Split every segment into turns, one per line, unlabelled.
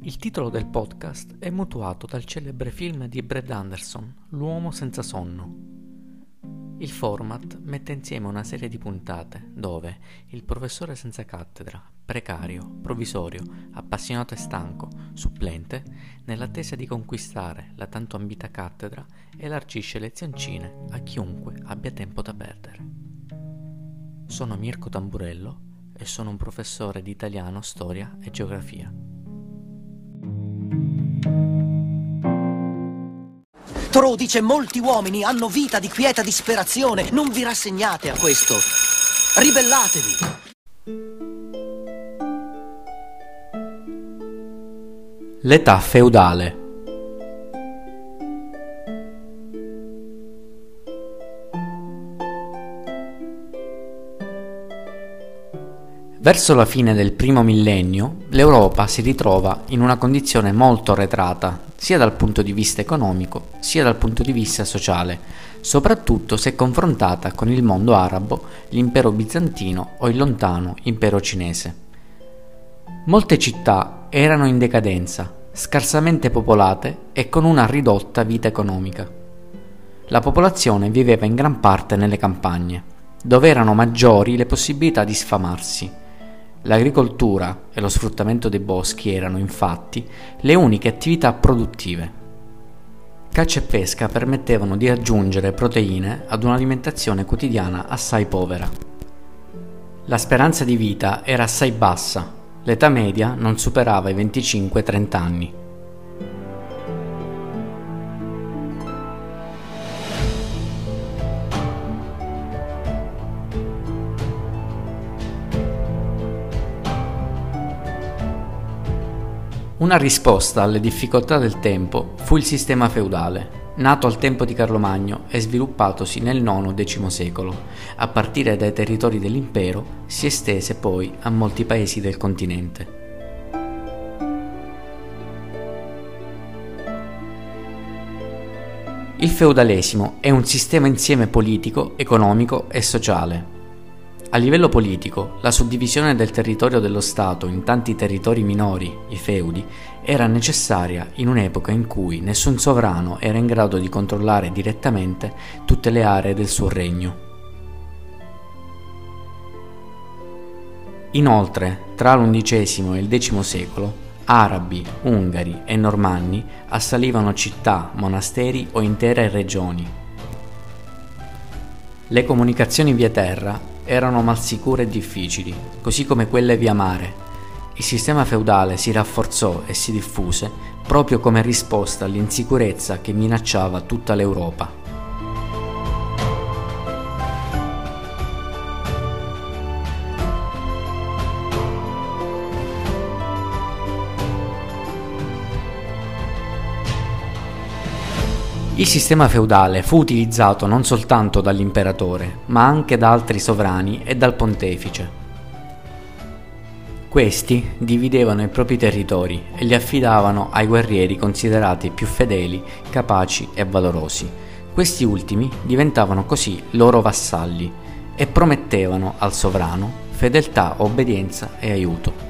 Il titolo del podcast è mutuato dal celebre film di Brad Anderson, L'uomo senza sonno. Il format mette insieme una serie di puntate dove il professore senza cattedra, precario, provvisorio, appassionato e stanco, supplente, nell'attesa di conquistare la tanto ambita cattedra, elargisce lezioncine a chiunque abbia tempo da perdere. Sono Mirko Tamburello e sono un professore di italiano, storia e geografia.
Thoreau dice: molti uomini hanno vita di quieta disperazione. Non vi rassegnate a questo. Ribellatevi.
L'età feudale. Verso la fine del primo millennio, l'Europa si ritrova in una condizione molto arretrata, sia dal punto di vista economico, sia dal punto di vista sociale, soprattutto se confrontata con il mondo arabo, l'impero bizantino o il lontano impero cinese. Molte città erano in decadenza, scarsamente popolate e con una ridotta vita economica. La popolazione viveva in gran parte nelle campagne, dove erano maggiori le possibilità di sfamarsi. L'agricoltura e lo sfruttamento dei boschi erano, infatti, le uniche attività produttive. Caccia e pesca permettevano di aggiungere proteine ad un'alimentazione quotidiana assai povera. La speranza di vita era assai bassa, l'età media non superava i 25-30 anni. Una risposta alle difficoltà del tempo fu il sistema feudale, nato al tempo di Carlo Magno e sviluppatosi nel IX-X secolo. A partire dai territori dell'impero si estese poi a molti paesi del continente. Il feudalesimo è un sistema insieme politico, economico e sociale. A livello politico, la suddivisione del territorio dello Stato in tanti territori minori, i feudi, era necessaria in un'epoca in cui nessun sovrano era in grado di controllare direttamente tutte le aree del suo regno. Inoltre, tra l'XI e il X secolo, arabi, ungari e normanni assalivano città, monasteri o intere regioni. Le comunicazioni via terra erano malsicure e difficili, così come quelle via mare. Il sistema feudale si rafforzò e si diffuse proprio come risposta all'insicurezza che minacciava tutta l'Europa. Il sistema feudale fu utilizzato non soltanto dall'imperatore, ma anche da altri sovrani e dal pontefice. Questi dividevano i propri territori e li affidavano ai guerrieri considerati più fedeli, capaci e valorosi. Questi ultimi diventavano così loro vassalli e promettevano al sovrano fedeltà, obbedienza e aiuto.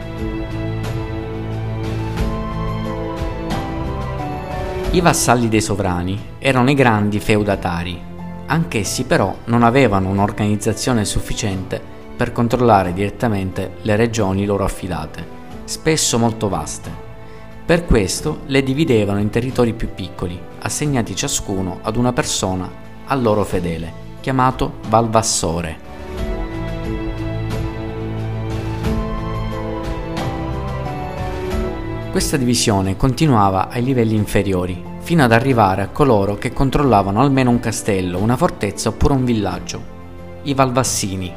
I vassalli dei sovrani erano i grandi feudatari. Anch'essi però non avevano un'organizzazione sufficiente per controllare direttamente le regioni loro affidate, spesso molto vaste. Per questo le dividevano in territori più piccoli, assegnati ciascuno ad una persona a loro fedele, chiamato valvassore. Questa divisione continuava ai livelli inferiori, fino ad arrivare a coloro che controllavano almeno un castello, una fortezza oppure un villaggio, i valvassini.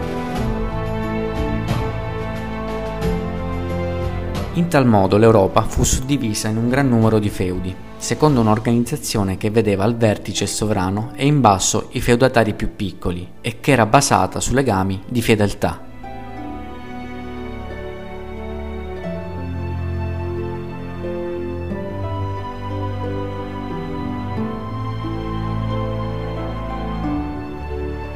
In tal modo l'Europa fu suddivisa in un gran numero di feudi, secondo un'organizzazione che vedeva al vertice il sovrano e in basso i feudatari più piccoli e che era basata su legami di fedeltà.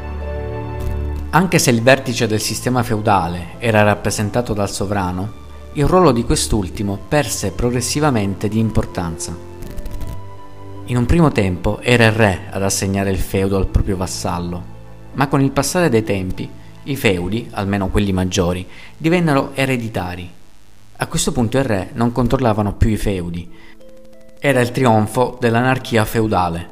Anche se il vertice del sistema feudale era rappresentato dal sovrano, il ruolo di quest'ultimo perse progressivamente di importanza. In un primo tempo era il re ad assegnare il feudo al proprio vassallo, ma con il passare dei tempi i feudi, almeno quelli maggiori, divennero ereditari. A questo punto il re non controllavano più i feudi. Era il trionfo dell'anarchia feudale.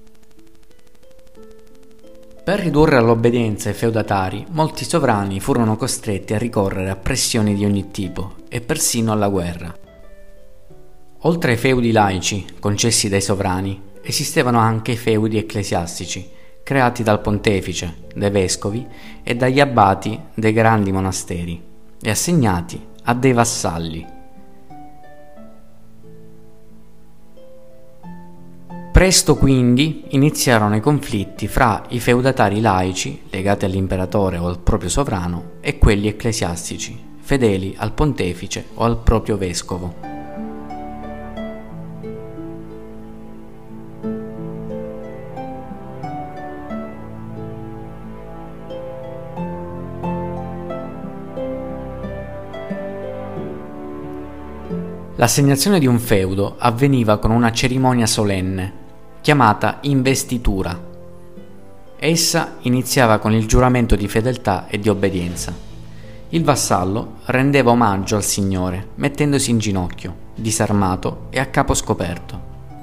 Per ridurre all'obbedienza i feudatari, molti sovrani furono costretti a ricorrere a pressioni di ogni tipo e persino alla guerra. Oltre ai feudi laici concessi dai sovrani, esistevano anche i feudi ecclesiastici, creati dal pontefice, dai vescovi e dagli abbati dei grandi monasteri, e assegnati a dei vassalli. Presto quindi iniziarono i conflitti fra i feudatari laici, legati all'imperatore o al proprio sovrano, e quelli ecclesiastici, fedeli al pontefice o al proprio vescovo. L'assegnazione di un feudo avveniva con una cerimonia solenne, chiamata investitura. Essa iniziava con il giuramento di fedeltà e di obbedienza. Il vassallo rendeva omaggio al signore, mettendosi in ginocchio, disarmato e a capo scoperto.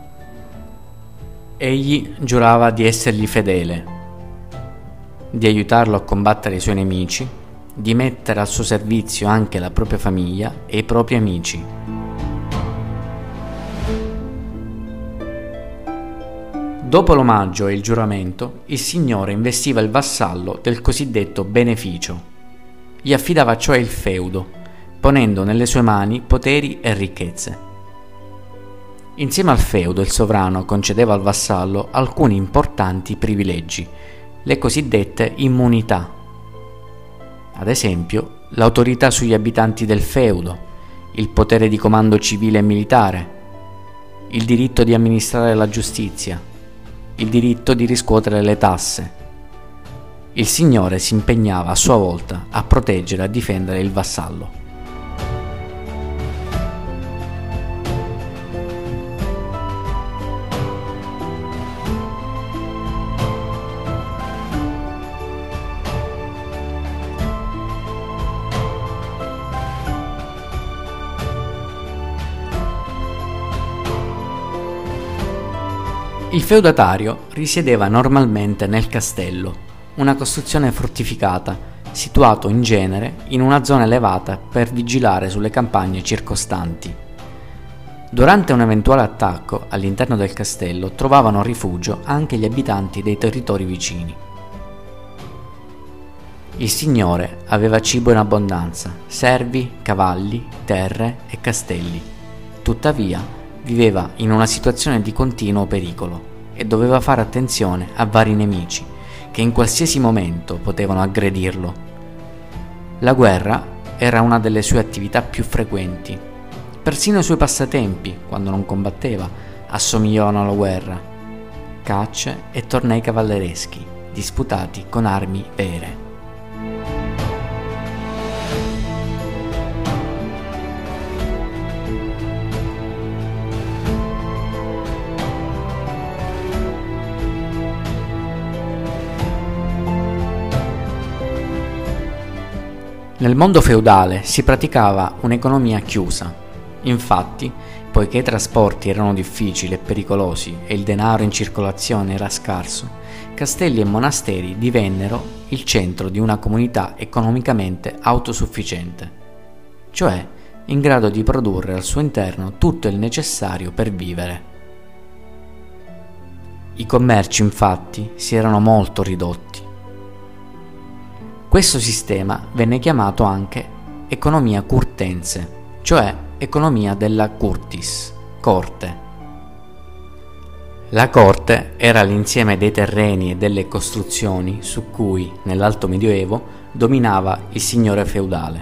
Egli giurava di essergli fedele, di aiutarlo a combattere i suoi nemici, di mettere al suo servizio anche la propria famiglia e i propri amici. Dopo l'omaggio e il giuramento, il signore investiva il vassallo del cosiddetto beneficio. Gli affidava cioè il feudo, ponendo nelle sue mani poteri e ricchezze. Insieme al feudo il sovrano concedeva al vassallo alcuni importanti privilegi, le cosiddette immunità. Ad esempio, l'autorità sugli abitanti del feudo, il potere di comando civile e militare, il diritto di amministrare la giustizia, il diritto di riscuotere le tasse. Il signore si impegnava a sua volta a proteggere e a difendere il vassallo. Il feudatario risiedeva normalmente nel castello, una costruzione fortificata, situato in genere in una zona elevata per vigilare sulle campagne circostanti. Durante un eventuale attacco all'interno del castello trovavano rifugio anche gli abitanti dei territori vicini. Il signore aveva cibo in abbondanza, servi, cavalli, terre e castelli. Tuttavia, viveva in una situazione di continuo pericolo e doveva fare attenzione a vari nemici che in qualsiasi momento potevano aggredirlo. La guerra era una delle sue attività più frequenti. Persino i suoi passatempi, quando non combatteva, assomigliavano alla guerra. Cacce e tornei cavallereschi, disputati con armi vere. Nel mondo feudale si praticava un'economia chiusa. Infatti, poiché i trasporti erano difficili e pericolosi e il denaro in circolazione era scarso, castelli e monasteri divennero il centro di una comunità economicamente autosufficiente, cioè in grado di produrre al suo interno tutto il necessario per vivere. I commerci, infatti, si erano molto ridotti. Questo sistema venne chiamato anche economia curtense, cioè economia della curtis, corte. La corte era l'insieme dei terreni e delle costruzioni su cui, nell'Alto Medioevo, dominava il signore feudale.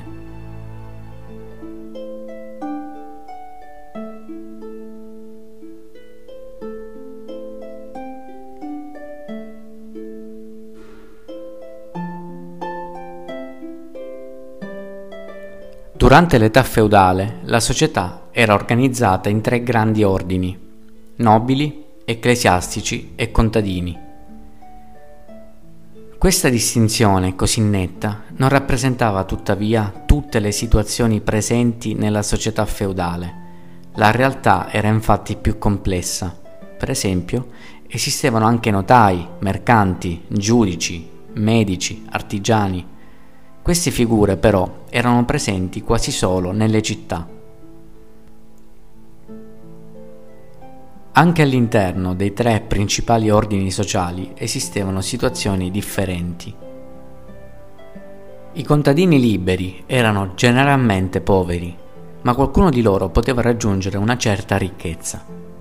Durante l'età feudale la società era organizzata in 3 grandi ordini: nobili, ecclesiastici e contadini. Questa distinzione così netta non rappresentava tuttavia tutte le situazioni presenti nella società feudale. La realtà era infatti più complessa. Per esempio, esistevano anche notai, mercanti, giudici, medici, artigiani. Queste figure però erano presenti quasi solo nelle città. Anche all'interno dei 3 principali ordini sociali esistevano situazioni differenti. I contadini liberi erano generalmente poveri, ma qualcuno di loro poteva raggiungere una certa ricchezza.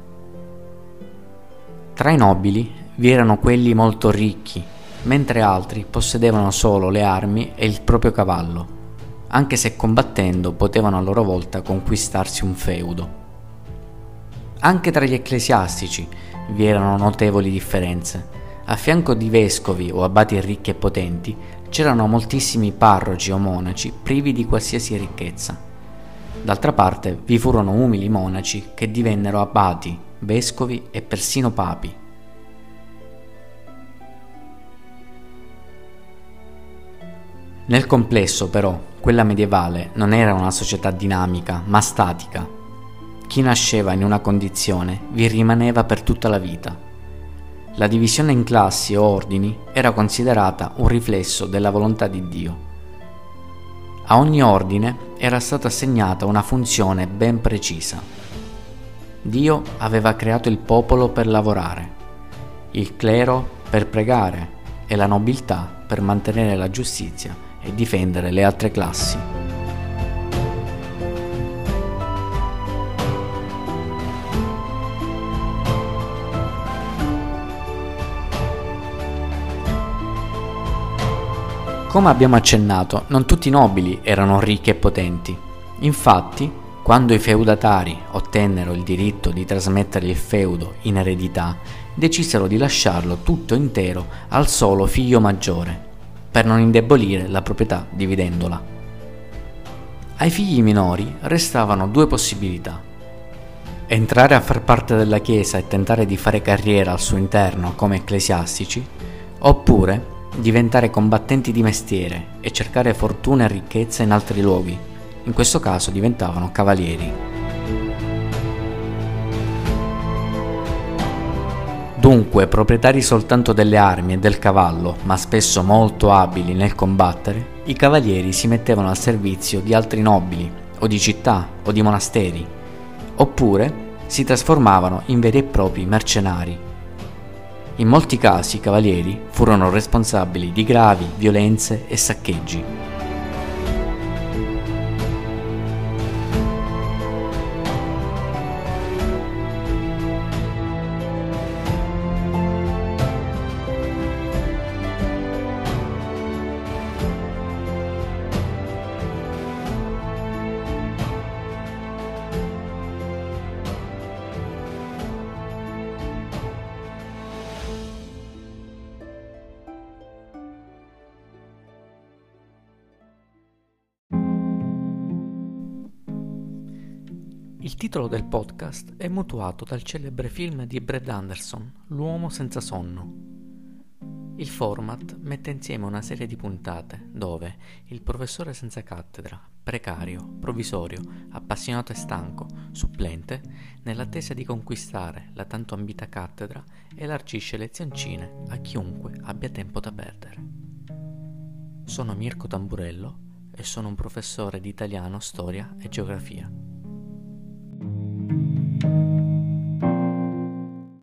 Tra i nobili vi erano quelli molto ricchi, mentre altri possedevano solo le armi e il proprio cavallo, anche se combattendo potevano a loro volta conquistarsi un feudo. Anche tra gli ecclesiastici vi erano notevoli differenze. A fianco di vescovi o abati ricchi e potenti c'erano moltissimi parroci o monaci privi di qualsiasi ricchezza. D'altra parte vi furono umili monaci che divennero abati, vescovi e persino papi. Nel complesso, però, quella medievale non era una società dinamica, ma statica. Chi nasceva in una condizione vi rimaneva per tutta la vita. La divisione in classi o ordini era considerata un riflesso della volontà di Dio. A ogni ordine era stata assegnata una funzione ben precisa. Dio aveva creato il popolo per lavorare, il clero per pregare e la nobiltà per mantenere la giustizia e difendere le altre classi. Come abbiamo accennato, non tutti i nobili erano ricchi e potenti. Infatti, quando i feudatari ottennero il diritto di trasmettere il feudo in eredità, decisero di lasciarlo tutto intero al solo figlio maggiore, per non indebolire la proprietà dividendola. Ai figli minori restavano 2 possibilità: entrare a far parte della Chiesa e tentare di fare carriera al suo interno come ecclesiastici, oppure diventare combattenti di mestiere e cercare fortuna e ricchezza in altri luoghi. In questo caso diventavano cavalieri. Dunque, proprietari soltanto delle armi e del cavallo, ma spesso molto abili nel combattere, i cavalieri si mettevano al servizio di altri nobili, o di città, o di monasteri, oppure si trasformavano in veri e propri mercenari. In molti casi i cavalieri furono responsabili di gravi violenze e saccheggi. Il titolo del podcast è mutuato dal celebre film di Brad Anderson, L'uomo senza sonno. Il format mette insieme una serie di puntate dove il professore senza cattedra, precario, provvisorio, appassionato e stanco, supplente, nell'attesa di conquistare la tanto ambita cattedra, elargisce lezioncine a chiunque abbia tempo da perdere. Sono Mirko Tamburello e sono un professore di italiano, storia e geografia.